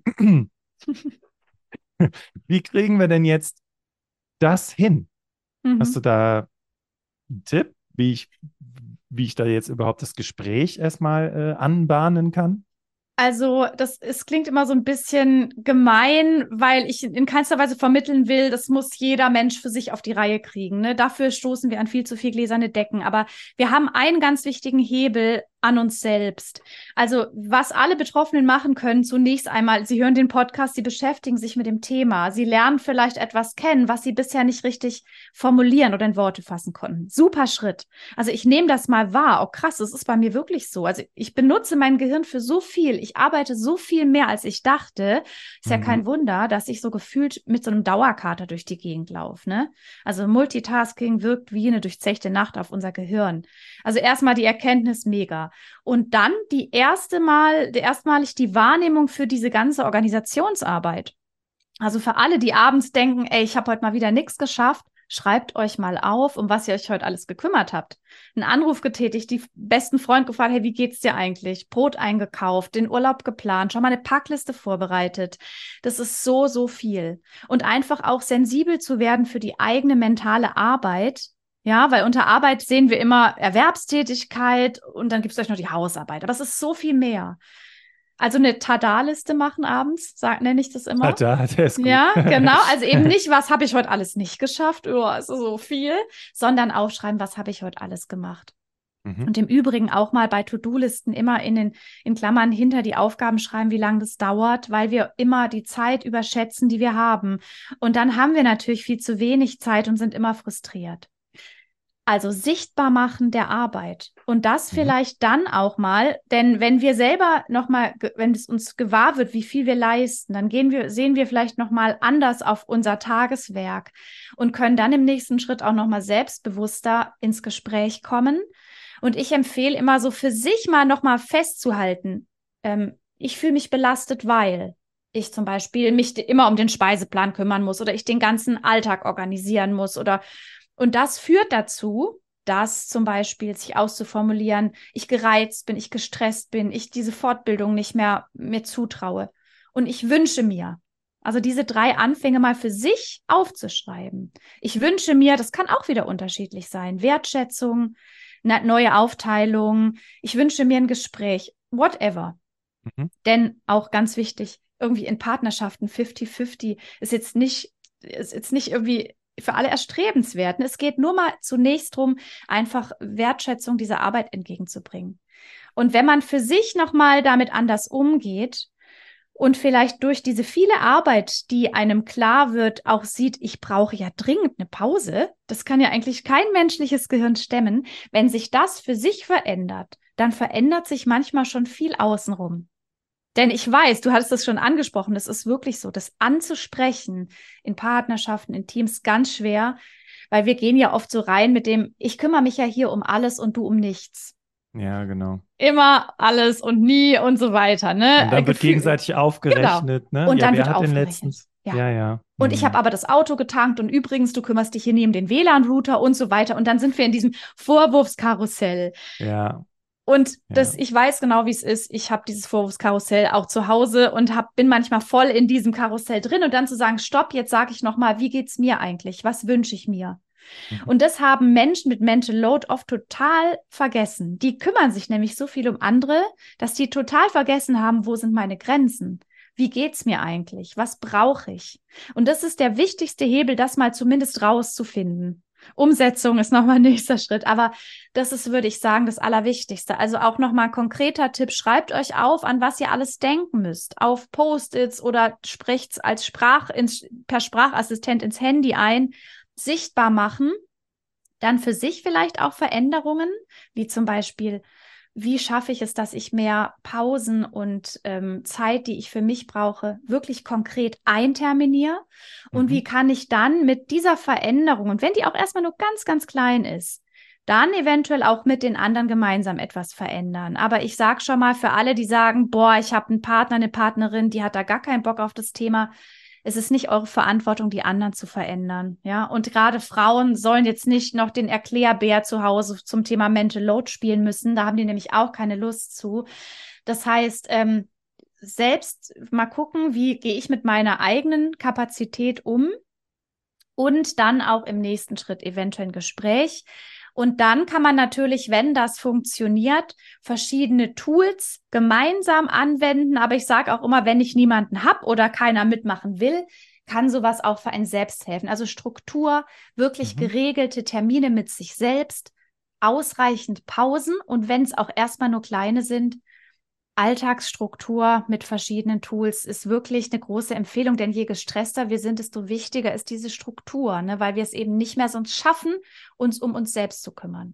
wie kriegen wir denn jetzt das hin? Hast du da einen Tipp, wie ich da jetzt überhaupt das Gespräch erstmal anbahnen kann? Also es klingt immer so ein bisschen gemein, weil ich in keinster Weise vermitteln will, das muss jeder Mensch für sich auf die Reihe kriegen. Ne? Dafür stoßen wir an viel zu viel gläserne Decken. Aber wir haben einen ganz wichtigen Hebel an uns selbst. Also was alle Betroffenen machen können, zunächst einmal, sie hören den Podcast, sie beschäftigen sich mit dem Thema, sie lernen vielleicht etwas kennen, was sie bisher nicht richtig formulieren oder in Worte fassen konnten. Super Schritt. Also ich nehme das mal wahr. Oh krass, das ist bei mir wirklich so. Also ich benutze mein Gehirn für so viel. Ich arbeite so viel mehr, als ich dachte. Ist ja kein Wunder, dass ich so gefühlt mit so einem Dauerkater durch die Gegend laufe. Ne? Also Multitasking wirkt wie eine durchzechte Nacht auf unser Gehirn. Also erstmal die Erkenntnis mega. Und dann erstmalig die Wahrnehmung für diese ganze Organisationsarbeit. Also für alle, die abends denken, ey, ich habe heute mal wieder nichts geschafft, schreibt euch mal auf, um was ihr euch heute alles gekümmert habt. Einen Anruf getätigt, die besten Freund gefragt, hey, wie geht's dir eigentlich? Brot eingekauft, den Urlaub geplant, schon mal eine Packliste vorbereitet. Das ist so, so viel. Und einfach auch sensibel zu werden für die eigene mentale Arbeit. Ja, weil unter Arbeit sehen wir immer Erwerbstätigkeit und dann gibt es euch noch die Hausarbeit. Aber es ist so viel mehr. Also eine Tada-Liste machen abends, nenne ich das immer. Tada, der ist gut. Ja, genau. Also eben nicht, was habe ich heute alles nicht geschafft, ist so viel, sondern aufschreiben, was habe ich heute alles gemacht. Und im Übrigen auch mal bei To-Do-Listen immer in Klammern hinter die Aufgaben schreiben, wie lange das dauert, weil wir immer die Zeit überschätzen, die wir haben. Und dann haben wir natürlich viel zu wenig Zeit und sind immer frustriert. Also sichtbar machen der Arbeit. Und das vielleicht dann auch mal, denn wenn wir selber nochmal, wenn es uns gewahr wird, wie viel wir leisten, dann sehen wir vielleicht nochmal anders auf unser Tageswerk und können dann im nächsten Schritt auch nochmal selbstbewusster ins Gespräch kommen. Und ich empfehle immer so für sich mal nochmal festzuhalten, ich fühle mich belastet, weil ich zum Beispiel mich immer um den Speiseplan kümmern muss oder ich den ganzen Alltag organisieren muss und das führt dazu, dass zum Beispiel sich auszuformulieren, ich gereizt bin, ich gestresst bin, ich diese Fortbildung nicht mehr mir zutraue. Und ich wünsche mir, also diese 3 Anfänge mal für sich aufzuschreiben. Ich wünsche mir, das kann auch wieder unterschiedlich sein, Wertschätzung, eine neue Aufteilung. Ich wünsche mir ein Gespräch, whatever. Denn auch ganz wichtig, irgendwie in Partnerschaften 50-50 ist jetzt nicht irgendwie für alle erstrebenswert. Es geht nur mal zunächst darum, einfach Wertschätzung dieser Arbeit entgegenzubringen. Und wenn man für sich nochmal damit anders umgeht und vielleicht durch diese viele Arbeit, die einem klar wird, auch sieht, ich brauche ja dringend eine Pause, das kann ja eigentlich kein menschliches Gehirn stemmen, wenn sich das für sich verändert, dann verändert sich manchmal schon viel außenrum. Denn ich weiß, du hattest das schon angesprochen, das ist wirklich so, das anzusprechen in Partnerschaften, in Teams ganz schwer, weil wir gehen ja oft so rein mit dem, ich kümmere mich ja hier um alles und du um nichts. Ja, genau. Immer alles und nie und so weiter, ne? Und dann wird gegenseitig aufgerechnet, ne? Und Ja, dann wer wird hat den aufgerechnet. letztens? Ja. Ja. Und ich habe aber das Auto getankt und übrigens, du kümmerst dich hier nie um den WLAN-Router und so weiter. Und dann sind wir in diesem Vorwurfskarussell. Ja. Und ich weiß genau, wie es ist. Ich habe dieses Vorwurfskarussell auch zu Hause und bin manchmal voll in diesem Karussell drin. Und dann zu sagen, stopp, jetzt sage ich nochmal, wie geht's mir eigentlich? Was wünsche ich mir? Und das haben Menschen mit Mental Load oft total vergessen. Die kümmern sich nämlich so viel um andere, dass die total vergessen haben, wo sind meine Grenzen? Wie geht's mir eigentlich? Was brauche ich? Und das ist der wichtigste Hebel, das mal zumindest rauszufinden. Umsetzung ist nochmal nächster Schritt, aber das ist, würde ich sagen, das Allerwichtigste. Also auch nochmal ein konkreter Tipp, schreibt euch auf, an was ihr alles denken müsst, auf Post-its oder sprecht als per Sprachassistent ins Handy ein, sichtbar machen, dann für sich vielleicht auch Veränderungen, wie zum Beispiel, wie schaffe ich es, dass ich mehr Pausen und Zeit, die ich für mich brauche, wirklich konkret einterminiere? Und wie kann ich dann mit dieser Veränderung, und wenn die auch erstmal nur ganz, ganz klein ist, dann eventuell auch mit den anderen gemeinsam etwas verändern. Aber ich sage schon mal für alle, die sagen, boah, ich habe einen Partner, eine Partnerin, die hat da gar keinen Bock auf das Thema, es ist nicht eure Verantwortung, die anderen zu verändern, ja. Und gerade Frauen sollen jetzt nicht noch den Erklärbär zu Hause zum Thema Mental Load spielen müssen. Da haben die nämlich auch keine Lust zu. Das heißt, selbst mal gucken, wie gehe ich mit meiner eigenen Kapazität um und dann auch im nächsten Schritt eventuell ein Gespräch. Und dann kann man natürlich, wenn das funktioniert, verschiedene Tools gemeinsam anwenden. Aber ich sage auch immer, wenn ich niemanden habe oder keiner mitmachen will, kann sowas auch für einen selbst helfen. Also Struktur, wirklich geregelte Termine mit sich selbst, ausreichend Pausen und wenn es auch erstmal nur kleine sind, Alltagsstruktur mit verschiedenen Tools ist wirklich eine große Empfehlung, denn je gestresster wir sind, desto wichtiger ist diese Struktur, ne, weil wir es eben nicht mehr sonst schaffen, uns um uns selbst zu kümmern.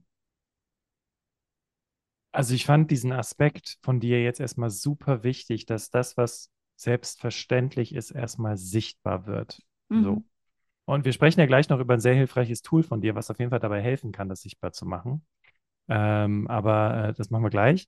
Also ich fand diesen Aspekt von dir jetzt erstmal super wichtig, dass das, was selbstverständlich ist, erstmal sichtbar wird. So. Und wir sprechen ja gleich noch über ein sehr hilfreiches Tool von dir, was auf jeden Fall dabei helfen kann, das sichtbar zu machen. Aber das machen wir gleich.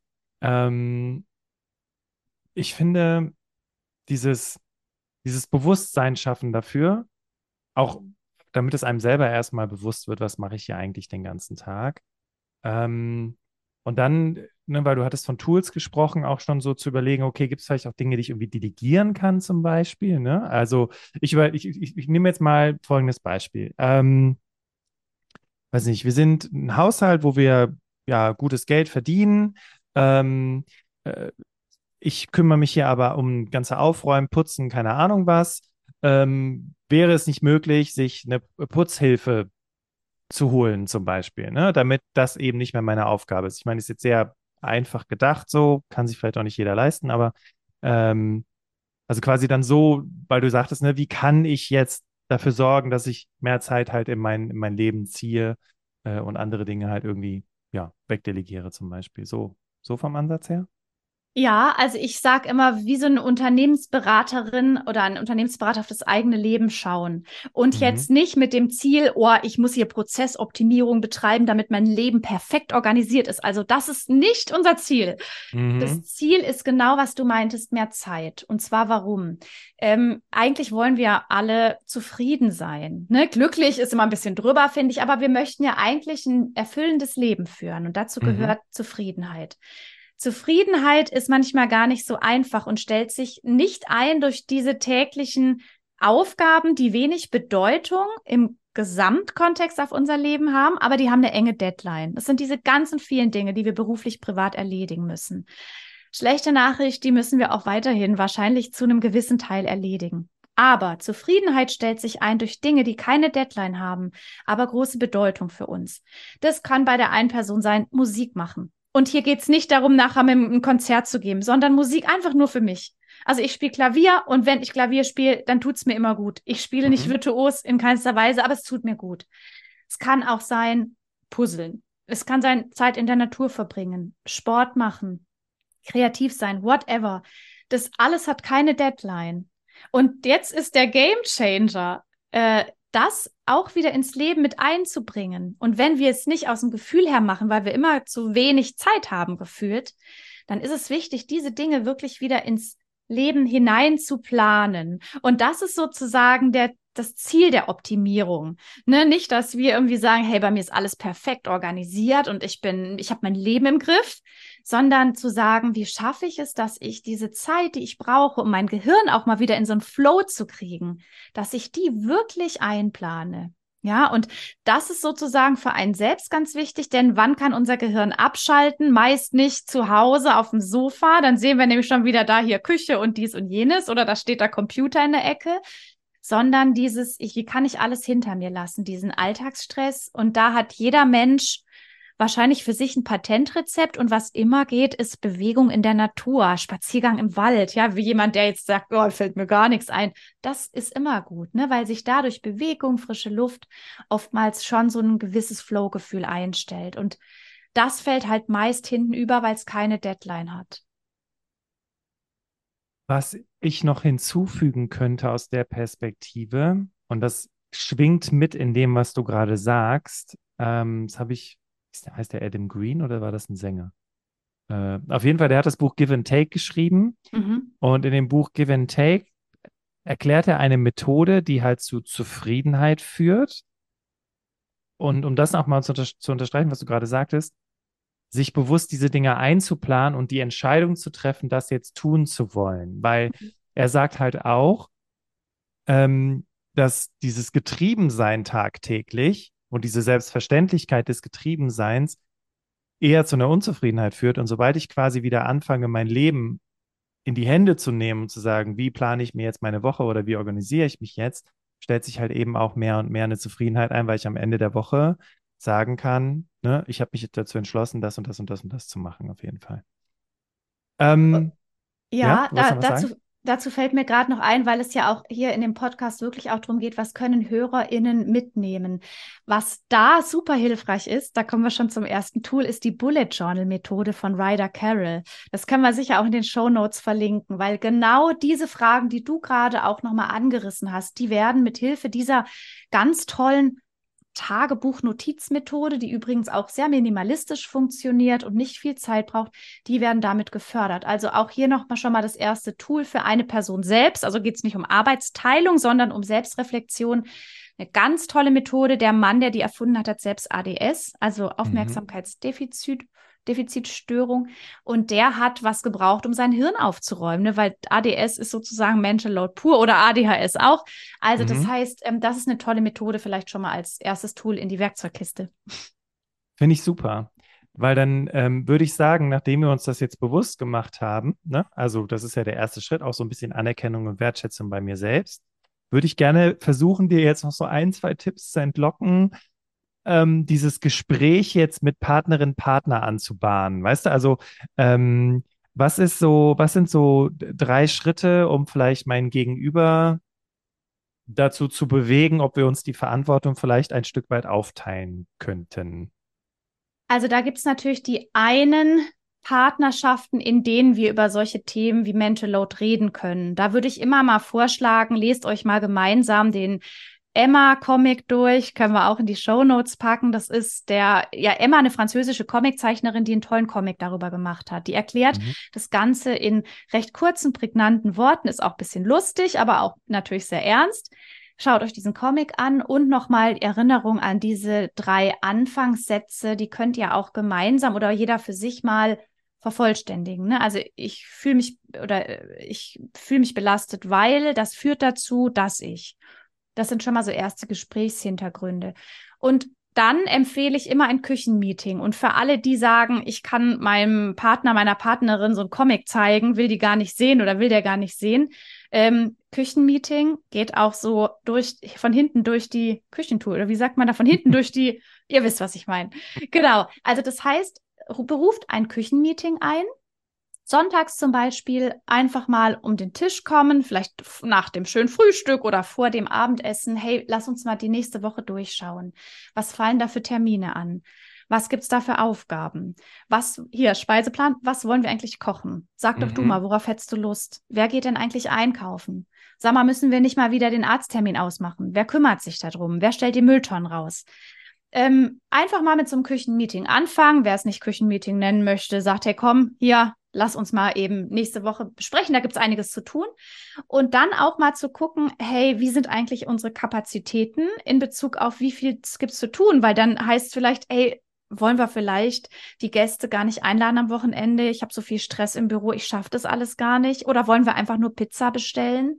Ich finde, dieses Bewusstsein schaffen dafür, auch damit es einem selber erstmal bewusst wird, was mache ich hier eigentlich den ganzen Tag. Und dann, ne, weil du hattest von Tools gesprochen, auch schon so zu überlegen, okay, gibt es vielleicht auch Dinge, die ich irgendwie delegieren kann zum Beispiel, ne? Also ich nehme jetzt mal folgendes Beispiel. Weiß nicht, wir sind ein Haushalt, wo wir ja gutes Geld verdienen. Ähm, äh, Ich kümmere mich hier aber um ganze Aufräumen, Putzen, keine Ahnung was. Wäre es nicht möglich, sich eine Putzhilfe zu holen, zum Beispiel, ne? Damit das eben nicht mehr meine Aufgabe ist. Ich meine, ist jetzt sehr einfach gedacht, so kann sich vielleicht auch nicht jeder leisten, aber ähm, also quasi dann so, weil du sagtest, ne, wie kann ich jetzt dafür sorgen, dass ich mehr Zeit halt in mein Leben ziehe, und andere Dinge halt irgendwie, ja, wegdelegiere zum Beispiel. So vom Ansatz her? Ja, also ich sage immer, wie so eine Unternehmensberaterin oder ein Unternehmensberater auf das eigene Leben schauen. Und Mhm. jetzt nicht mit dem Ziel, oh, ich muss hier Prozessoptimierung betreiben, damit mein Leben perfekt organisiert ist. Also das ist nicht unser Ziel. Das Mhm. Ziel ist genau, was du meintest, mehr Zeit. Und zwar warum? Eigentlich wollen wir alle zufrieden sein. Ne? Glücklich ist immer ein bisschen drüber, finde ich, aber wir möchten ja eigentlich ein erfüllendes Leben führen. Und dazu Mhm. gehört Zufriedenheit. Zufriedenheit ist manchmal gar nicht so einfach und stellt sich nicht ein durch diese täglichen Aufgaben, die wenig Bedeutung im Gesamtkontext auf unser Leben haben, aber die haben eine enge Deadline. Das sind diese ganzen vielen Dinge, die wir beruflich, privat erledigen müssen. Schlechte Nachricht, die müssen wir auch weiterhin wahrscheinlich zu einem gewissen Teil erledigen. Aber Zufriedenheit stellt sich ein durch Dinge, die keine Deadline haben, aber große Bedeutung für uns. Das kann bei der einen Person sein, Musik machen. Und hier geht es nicht darum, nachher mit ein Konzert zu geben, sondern Musik einfach nur für mich. Also ich spiele Klavier und wenn ich Klavier spiele, dann tut es mir immer gut. Ich spiele nicht Mhm. virtuos in keinster Weise, aber es tut mir gut. Es kann auch sein, puzzeln. Es kann sein, Zeit in der Natur verbringen, Sport machen, kreativ sein, whatever. Das alles hat keine Deadline. Und jetzt ist der Game Changer, das auch wieder ins Leben mit einzubringen. Und wenn wir es nicht aus dem Gefühl her machen, weil wir immer zu wenig Zeit haben gefühlt, dann ist es wichtig, diese Dinge wirklich wieder ins Leben hinein zu planen. Und das ist sozusagen das Ziel der Optimierung. Ne? Nicht, dass wir irgendwie sagen, hey, bei mir ist alles perfekt organisiert und ich habe mein Leben im Griff, sondern zu sagen, wie schaffe ich es, dass ich diese Zeit, die ich brauche, um mein Gehirn auch mal wieder in so einen Flow zu kriegen, dass ich die wirklich einplane. Ja, und das ist sozusagen für einen selbst ganz wichtig, denn wann kann unser Gehirn abschalten? Meist nicht zu Hause auf dem Sofa. Dann sehen wir nämlich schon wieder da hier Küche und dies und jenes oder da steht der Computer in der Ecke, sondern wie kann ich alles hinter mir lassen, diesen Alltagsstress. Und da hat jeder Mensch wahrscheinlich für sich ein Patentrezept und was immer geht, ist Bewegung in der Natur, Spaziergang im Wald, ja, wie jemand, der jetzt sagt, oh, fällt mir gar nichts ein. Das ist immer gut, ne, weil sich dadurch Bewegung, frische Luft oftmals schon so ein gewisses Flow-Gefühl einstellt und das fällt halt meist hinten über, weil es keine Deadline hat. Was ich noch hinzufügen könnte aus der Perspektive, und das schwingt mit in dem, was du gerade sagst, das habe ich, heißt der Adam Green oder war das ein Sänger? Auf jeden Fall, der hat das Buch Give and Take geschrieben Mhm. und in dem Buch Give and Take erklärt er eine Methode, die halt zu Zufriedenheit führt. Und um das nochmal zu unterstreichen, was du gerade sagtest, sich bewusst diese Dinge einzuplanen und die Entscheidung zu treffen, das jetzt tun zu wollen. Weil er sagt halt auch, dass dieses Getriebensein tagtäglich und diese Selbstverständlichkeit des Getriebenseins eher zu einer Unzufriedenheit führt. Und sobald ich quasi wieder anfange, mein Leben in die Hände zu nehmen und zu sagen, wie plane ich mir jetzt meine Woche oder wie organisiere ich mich jetzt, stellt sich halt eben auch mehr und mehr eine Zufriedenheit ein, weil ich am Ende der Woche sagen kann, ne, ich habe mich dazu entschlossen, das und das und das und das zu machen, auf jeden Fall. Ähm, ja, Ja, du wolltest noch was sagen? dazu fällt mir gerade noch ein, weil es ja auch hier in dem Podcast wirklich auch darum geht, was können HörerInnen mitnehmen. Was da super hilfreich ist, da kommen wir schon zum ersten Tool, ist die Bullet Journal Methode von Ryder Carroll. Das können wir sicher auch in den Shownotes verlinken, weil genau diese Fragen, die du gerade auch nochmal angerissen hast, die werden mit Hilfe dieser ganz tollen Tagebuch-Notizmethode, die übrigens auch sehr minimalistisch funktioniert und nicht viel Zeit braucht, die werden damit gefördert. Also auch hier nochmal schon mal das erste Tool für eine Person selbst. Also geht es nicht um Arbeitsteilung, sondern um Selbstreflexion. Eine ganz tolle Methode. Der Mann, der die erfunden hat, hat selbst ADS, also Mhm. Defizitstörung. Und der hat was gebraucht, um sein Hirn aufzuräumen, ne? Weil ADS ist sozusagen Mental Load pur oder ADHS auch. Also das Mhm. heißt, das ist eine tolle Methode, vielleicht schon mal als erstes Tool in die Werkzeugkiste. Finde ich super. Weil dann würde ich sagen, nachdem wir uns das jetzt bewusst gemacht haben, ne, also das ist ja der erste Schritt, auch so ein bisschen Anerkennung und Wertschätzung bei mir selbst, würde ich gerne versuchen, dir jetzt noch so ein, zwei Tipps zu entlocken, dieses Gespräch jetzt mit Partnerin, Partner anzubahnen. Weißt du, also was sind so drei Schritte, um vielleicht mein Gegenüber dazu zu bewegen, ob wir uns die Verantwortung vielleicht ein Stück weit aufteilen könnten? Also da gibt es natürlich die einen Partnerschaften, in denen wir über solche Themen wie Mental Load reden können. Da würde ich immer mal vorschlagen, lest euch mal gemeinsam den Emma-Comic durch, können wir auch in die Shownotes packen. Das ist Emma, eine französische Comiczeichnerin, die einen tollen Comic darüber gemacht hat. Die erklärt das Ganze in recht kurzen, prägnanten Worten, ist auch ein bisschen lustig, aber auch natürlich sehr ernst. Schaut euch diesen Comic an und nochmal Erinnerung an diese 3 Anfangssätze. Die könnt ihr auch gemeinsam oder jeder für sich mal vervollständigen. Ne? Also ich fühle mich belastet, weil das führt dazu, dass ich. Das sind schon mal so erste Gesprächshintergründe. Und dann empfehle ich immer ein Küchenmeeting. Und für alle, die sagen, ich kann meinem Partner, meiner Partnerin so einen Comic zeigen, will die gar nicht sehen oder will der gar nicht sehen. Küchenmeeting geht auch so von hinten durch die Küchentour. Oder wie sagt man da? Von hinten durch die, ihr wisst, was ich meine. Genau. Also das heißt, beruft ein Küchenmeeting ein. Sonntags zum Beispiel einfach mal um den Tisch kommen, vielleicht nach dem schönen Frühstück oder vor dem Abendessen. Hey, lass uns mal die nächste Woche durchschauen. Was fallen da für Termine an? Was gibt's da für Aufgaben? Speiseplan, was wollen wir eigentlich kochen? Sag doch du mal, worauf hättest du Lust? Wer geht denn eigentlich einkaufen? Sag mal, müssen wir nicht mal wieder den Arzttermin ausmachen? Wer kümmert sich darum? Wer stellt die Mülltonnen raus? Einfach mal mit so einem Küchenmeeting anfangen. Wer es nicht Küchenmeeting nennen möchte, sagt, hey, komm, hier, lass uns mal eben nächste Woche besprechen. Da gibt es einiges zu tun. Und dann auch mal zu gucken, hey, wie sind eigentlich unsere Kapazitäten in Bezug auf wie viel es gibt zu tun? Weil dann heißt es vielleicht, ey, wollen wir vielleicht die Gäste gar nicht einladen am Wochenende? Ich habe so viel Stress im Büro, ich schaffe das alles gar nicht. Oder wollen wir einfach nur Pizza bestellen?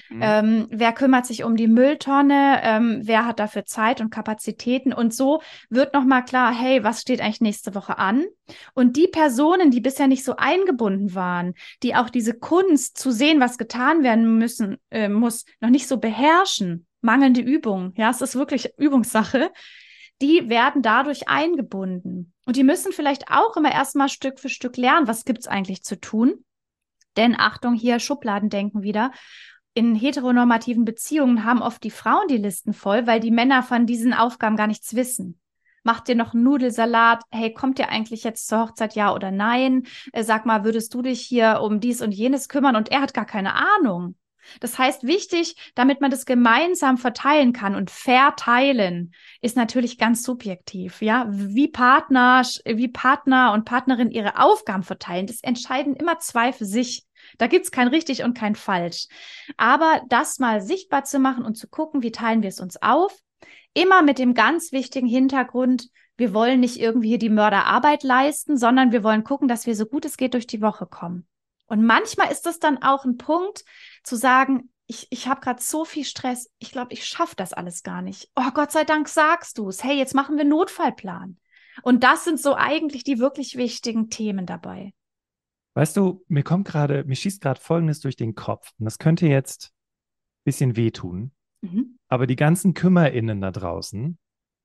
Wer kümmert sich um die Mülltonne? Wer hat dafür Zeit und Kapazitäten? Und so wird nochmal klar, hey, was steht eigentlich nächste Woche an? Und die Personen, die bisher nicht so eingebunden waren, die auch diese Kunst zu sehen, was getan werden muss, noch nicht so beherrschen, mangelnde Übung, ja, es ist wirklich Übungssache, die werden dadurch eingebunden. Und die müssen vielleicht auch immer erstmal Stück für Stück lernen, was gibt's eigentlich zu tun? Denn Achtung, hier Schubladendenken wieder. In heteronormativen Beziehungen haben oft die Frauen die Listen voll, weil die Männer von diesen Aufgaben gar nichts wissen. Macht dir noch einen Nudelsalat? Hey, kommt ihr eigentlich jetzt zur Hochzeit, ja oder nein? Sag mal, würdest du dich hier um dies und jenes kümmern? Und er hat gar keine Ahnung. Das heißt, wichtig, damit man das gemeinsam verteilen kann und verteilen, ist natürlich ganz subjektiv, ja. Wie Partner und Partnerin ihre Aufgaben verteilen, das entscheiden immer 2 für sich. Da gibt's kein richtig und kein falsch. Aber das mal sichtbar zu machen und zu gucken, wie teilen wir es uns auf, immer mit dem ganz wichtigen Hintergrund, wir wollen nicht irgendwie hier die Mörderarbeit leisten, sondern wir wollen gucken, dass wir so gut es geht durch die Woche kommen. Und manchmal ist es dann auch ein Punkt, zu sagen, ich habe gerade so viel Stress, ich glaube, ich schaffe das alles gar nicht. Oh, Gott sei Dank sagst du es. Hey, jetzt machen wir einen Notfallplan. Und das sind so eigentlich die wirklich wichtigen Themen dabei. Weißt du, mir schießt gerade Folgendes durch den Kopf. Und das könnte jetzt ein bisschen wehtun. Aber die ganzen KümmerInnen da draußen,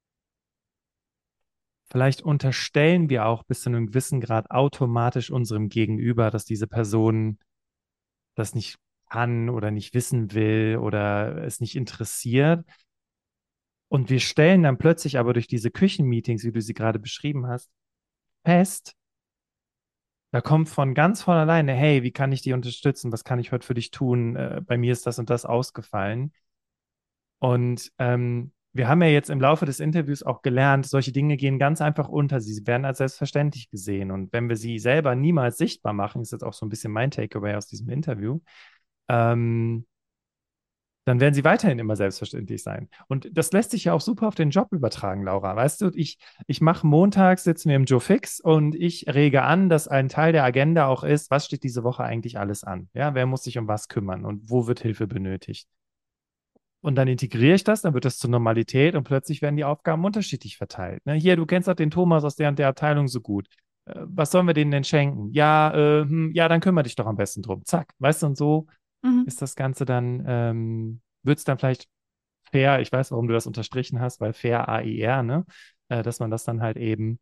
vielleicht unterstellen wir auch bis zu einem gewissen Grad automatisch unserem Gegenüber, dass diese Person das nicht kann oder nicht wissen will oder es nicht interessiert. Und wir stellen dann plötzlich aber durch diese Küchenmeetings, wie du sie gerade beschrieben hast, fest, da kommt von alleine, hey, wie kann ich dich unterstützen? Was kann ich heute für dich tun? Bei mir ist das und das ausgefallen. Und wir haben ja jetzt im Laufe des Interviews auch gelernt, solche Dinge gehen ganz einfach unter. Sie werden als selbstverständlich gesehen. Und wenn wir sie selber niemals sichtbar machen, ist jetzt auch so ein bisschen mein Takeaway aus diesem Interview, ähm, dann werden sie weiterhin immer selbstverständlich sein. Und das lässt sich ja auch super auf den Job übertragen, Laura. Weißt du, ich mache montags, sitzen wir im Joe Fix und ich rege an, dass ein Teil der Agenda auch ist, was steht diese Woche eigentlich alles an? Ja, wer muss sich um was kümmern und wo wird Hilfe benötigt? Und dann integriere ich das, dann wird das zur Normalität und plötzlich werden die Aufgaben unterschiedlich verteilt. Ne? Hier, du kennst doch den Thomas aus der und der Abteilung so gut. Was sollen wir denen denn schenken? Ja, ja, dann kümmere dich doch am besten drum. Zack, weißt du, und so ist das Ganze dann, wird es dann vielleicht fair, ich weiß, warum du das unterstrichen hast, weil fair AIR, ne? Dass man das dann halt eben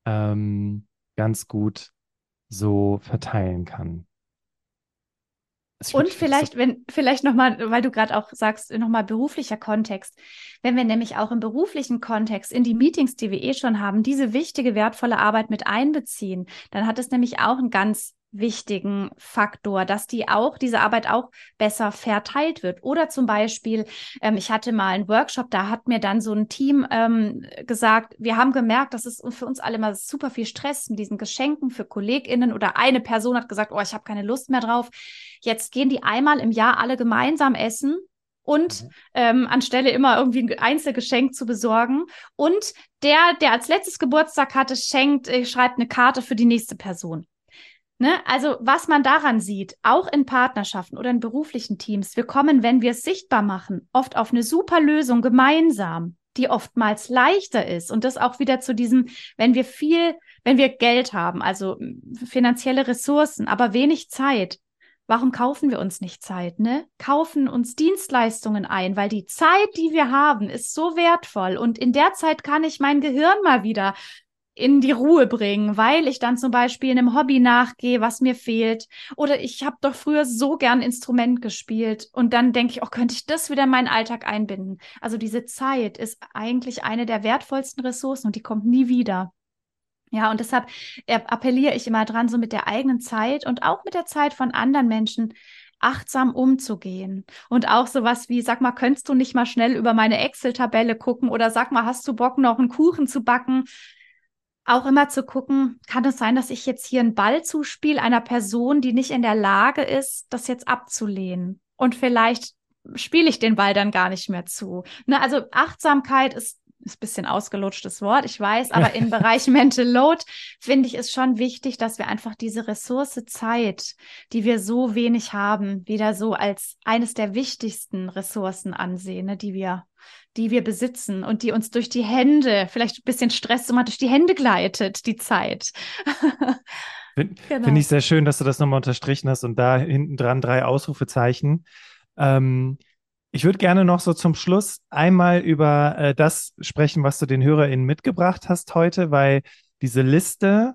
ganz gut so verteilen kann. Und vielleicht nochmal, weil du gerade auch sagst, nochmal beruflicher Kontext. Wenn wir nämlich auch im beruflichen Kontext in die Meetings, die wir schon haben, diese wichtige, wertvolle Arbeit mit einbeziehen, dann hat es nämlich auch einen ganz wichtigen Faktor, dass diese Arbeit auch besser verteilt wird. Oder zum Beispiel, ich hatte mal einen Workshop, da hat mir dann so ein Team gesagt, wir haben gemerkt, dass es für uns alle immer super viel Stress mit diesen Geschenken für KollegInnen, oder eine Person hat gesagt, oh, ich habe keine Lust mehr drauf. Jetzt gehen die einmal im Jahr alle gemeinsam essen und anstelle immer irgendwie ein Einzelgeschenk zu besorgen. Und der als letztes Geburtstag hatte, schreibt eine Karte für die nächste Person. Ne? Also was man daran sieht, auch in Partnerschaften oder in beruflichen Teams, wir kommen, wenn wir es sichtbar machen, oft auf eine super Lösung gemeinsam, die oftmals leichter ist. Und das auch wieder zu diesem, wenn wir Geld haben, also finanzielle Ressourcen, aber wenig Zeit. Warum kaufen wir uns nicht Zeit, ne? Kaufen uns Dienstleistungen ein, weil die Zeit, die wir haben, ist so wertvoll. Und in der Zeit kann ich mein Gehirn mal wieder in die Ruhe bringen, weil ich dann zum Beispiel einem Hobby nachgehe, was mir fehlt. Oder ich habe doch früher so gern Instrument gespielt und dann denke ich, oh, könnte ich das wieder in meinen Alltag einbinden? Also diese Zeit ist eigentlich eine der wertvollsten Ressourcen und die kommt nie wieder. Ja, und deshalb appelliere ich immer dran, so mit der eigenen Zeit und auch mit der Zeit von anderen Menschen achtsam umzugehen. Und auch sowas wie, sag mal, könntest du nicht mal schnell über meine Excel-Tabelle gucken, oder sag mal, hast du Bock, noch einen Kuchen zu backen? Auch immer zu gucken, kann es sein, dass ich jetzt hier einen Ball zuspiele einer Person, die nicht in der Lage ist, das jetzt abzulehnen? Und vielleicht spiele ich den Ball dann gar nicht mehr zu. Ne, also Achtsamkeit ist ein bisschen ausgelutschtes Wort, ich weiß, aber im Bereich Mental Load finde ich es schon wichtig, dass wir einfach diese Ressource Zeit, die wir so wenig haben, wieder so als eines der wichtigsten Ressourcen ansehen, ne, die wir besitzen und die uns durch die Hände, vielleicht ein bisschen Stress, immer durch die Hände gleitet, die Zeit. Finde ich sehr schön, dass du das nochmal unterstrichen hast und da hinten dran 3 Ausrufezeichen. Ich würde gerne noch so zum Schluss einmal über das sprechen, was du den HörerInnen mitgebracht hast heute, weil diese Liste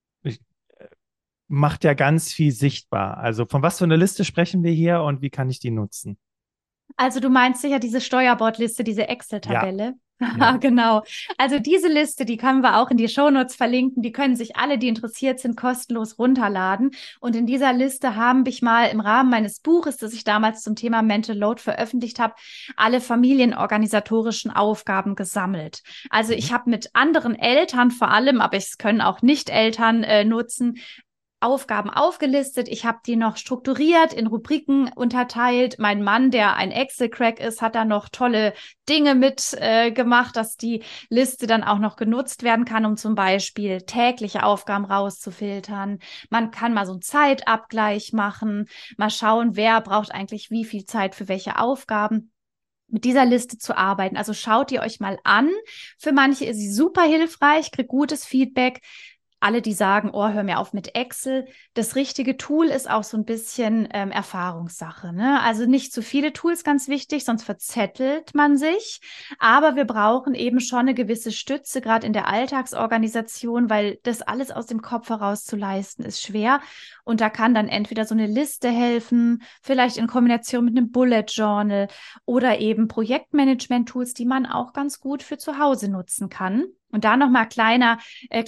macht ja ganz viel sichtbar. Also von was für einer Liste sprechen wir hier und wie kann ich die nutzen? Also du meinst sicher diese Steuerbordliste, diese Excel-Tabelle? Ja. Genau. Also diese Liste, die können wir auch in die Shownotes verlinken. Die können sich alle, die interessiert sind, kostenlos runterladen. Und in dieser Liste habe ich mal im Rahmen meines Buches, das ich damals zum Thema Mental Load veröffentlicht habe, alle familienorganisatorischen Aufgaben gesammelt. Also ich habe mit anderen Eltern vor allem, aber es können auch Nicht-Eltern nutzen, Aufgaben aufgelistet. Ich habe die noch strukturiert, in Rubriken unterteilt. Mein Mann, der ein Excel-Crack ist, hat da noch tolle Dinge mit gemacht, dass die Liste dann auch noch genutzt werden kann, um zum Beispiel tägliche Aufgaben rauszufiltern. Man kann mal so einen Zeitabgleich machen, mal schauen, wer braucht eigentlich wie viel Zeit für welche Aufgaben. Mit dieser Liste zu arbeiten. Also schaut ihr euch mal an. Für manche ist sie super hilfreich, kriegt gutes Feedback. Alle, die sagen, oh, hör mir auf mit Excel. Das richtige Tool ist auch so ein bisschen Erfahrungssache, ne? Also nicht zu viele Tools, ganz wichtig, sonst verzettelt man sich. Aber wir brauchen eben schon eine gewisse Stütze, gerade in der Alltagsorganisation, weil das alles aus dem Kopf heraus zu leisten, ist schwer. Und da kann dann entweder so eine Liste helfen, vielleicht in Kombination mit einem Bullet Journal oder eben Projektmanagement-Tools, die man auch ganz gut für zu Hause nutzen kann. Und da nochmal kleiner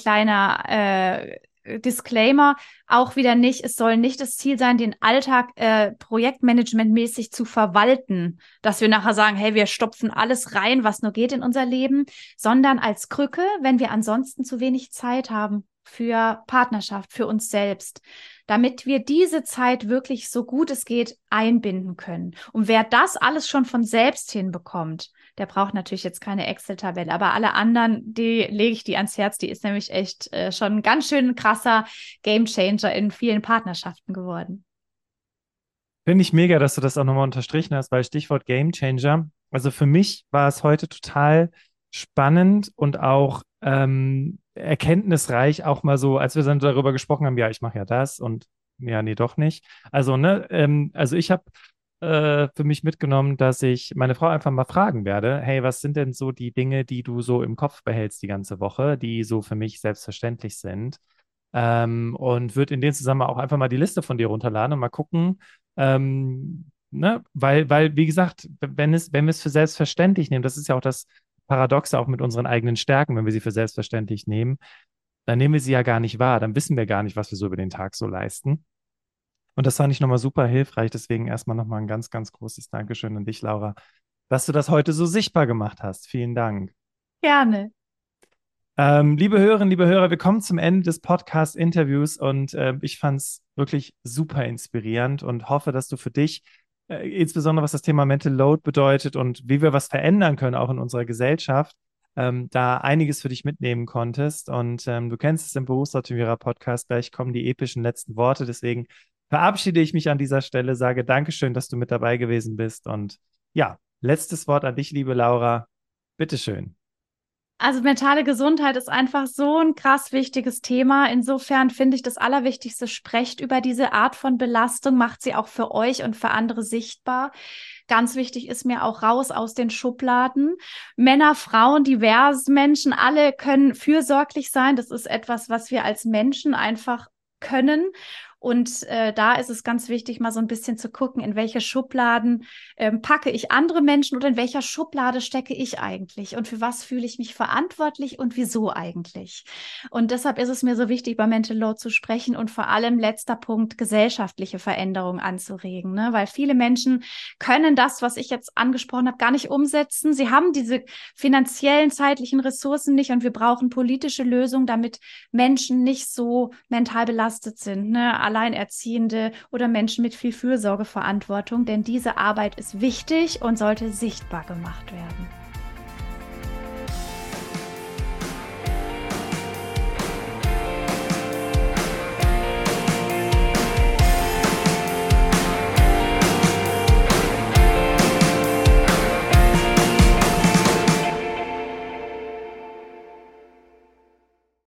Disclaimer, auch wieder nicht, es soll nicht das Ziel sein, den Alltag projektmanagementmäßig zu verwalten, dass wir nachher sagen, hey, wir stopfen alles rein, was nur geht in unser Leben, sondern als Krücke, wenn wir ansonsten zu wenig Zeit haben für Partnerschaft, für uns selbst, damit wir diese Zeit wirklich so gut es geht einbinden können. Und wer das alles schon von selbst hinbekommt, der braucht natürlich jetzt keine Excel-Tabelle, aber alle anderen, die lege ich die ans Herz, die ist nämlich echt schon ein ganz schön krasser Gamechanger in vielen Partnerschaften geworden. Finde ich mega, dass du das auch nochmal unterstrichen hast, weil Stichwort Gamechanger. Also für mich war es heute total spannend und auch erkenntnisreich, auch mal so, als wir dann darüber gesprochen haben, ja, ich mache ja das und ja, nee, doch nicht. Also, ne, also ich habe für mich mitgenommen, dass ich meine Frau einfach mal fragen werde, hey, was sind denn so die Dinge, die du so im Kopf behältst die ganze Woche, die so für mich selbstverständlich sind? und würde in dem Zusammenhang auch einfach mal die Liste von dir runterladen und mal gucken, ne? Weil, wie gesagt, wenn wir es für selbstverständlich nehmen, das ist ja auch das Paradoxe auch mit unseren eigenen Stärken, wenn wir sie für selbstverständlich nehmen, dann nehmen wir sie ja gar nicht wahr, dann wissen wir gar nicht, was wir so über den Tag so leisten. Und das fand ich nochmal super hilfreich. Deswegen erstmal nochmal ein ganz, ganz großes Dankeschön an dich, Laura, dass du das heute so sichtbar gemacht hast. Vielen Dank. Gerne. Liebe Hörerinnen, liebe Hörer, wir kommen zum Ende des Podcast-Interviews und ich fand es wirklich super inspirierend und hoffe, dass du für dich, insbesondere was das Thema Mental Load bedeutet und wie wir was verändern können, auch in unserer Gesellschaft, da einiges für dich mitnehmen konntest. Und du kennst es im Berufsoptimierer-Podcast, gleich kommen die epischen letzten Worte. Deswegen verabschiede ich mich an dieser Stelle, sage Dankeschön, dass du mit dabei gewesen bist. Und ja, letztes Wort an dich, liebe Laura. Bitteschön. Also mentale Gesundheit ist einfach so ein krass wichtiges Thema. Insofern finde ich das Allerwichtigste, sprecht über diese Art von Belastung, macht sie auch für euch und für andere sichtbar. Ganz wichtig ist mir auch raus aus den Schubladen. Männer, Frauen, diverse Menschen, alle können fürsorglich sein. Das ist etwas, was wir als Menschen einfach können. Und da ist es ganz wichtig, mal so ein bisschen zu gucken, in welche Schubladen packe ich andere Menschen oder in welcher Schublade stecke ich eigentlich und für was fühle ich mich verantwortlich und wieso eigentlich. Und deshalb ist es mir so wichtig, über Mental Load zu sprechen und vor allem, letzter Punkt, gesellschaftliche Veränderungen anzuregen, ne? Weil viele Menschen können das, was ich jetzt angesprochen habe, gar nicht umsetzen. Sie haben diese finanziellen, zeitlichen Ressourcen nicht und wir brauchen politische Lösungen, damit Menschen nicht so mental belastet sind, ne? Alleinerziehende oder Menschen mit viel Fürsorgeverantwortung, denn diese Arbeit ist wichtig und sollte sichtbar gemacht werden.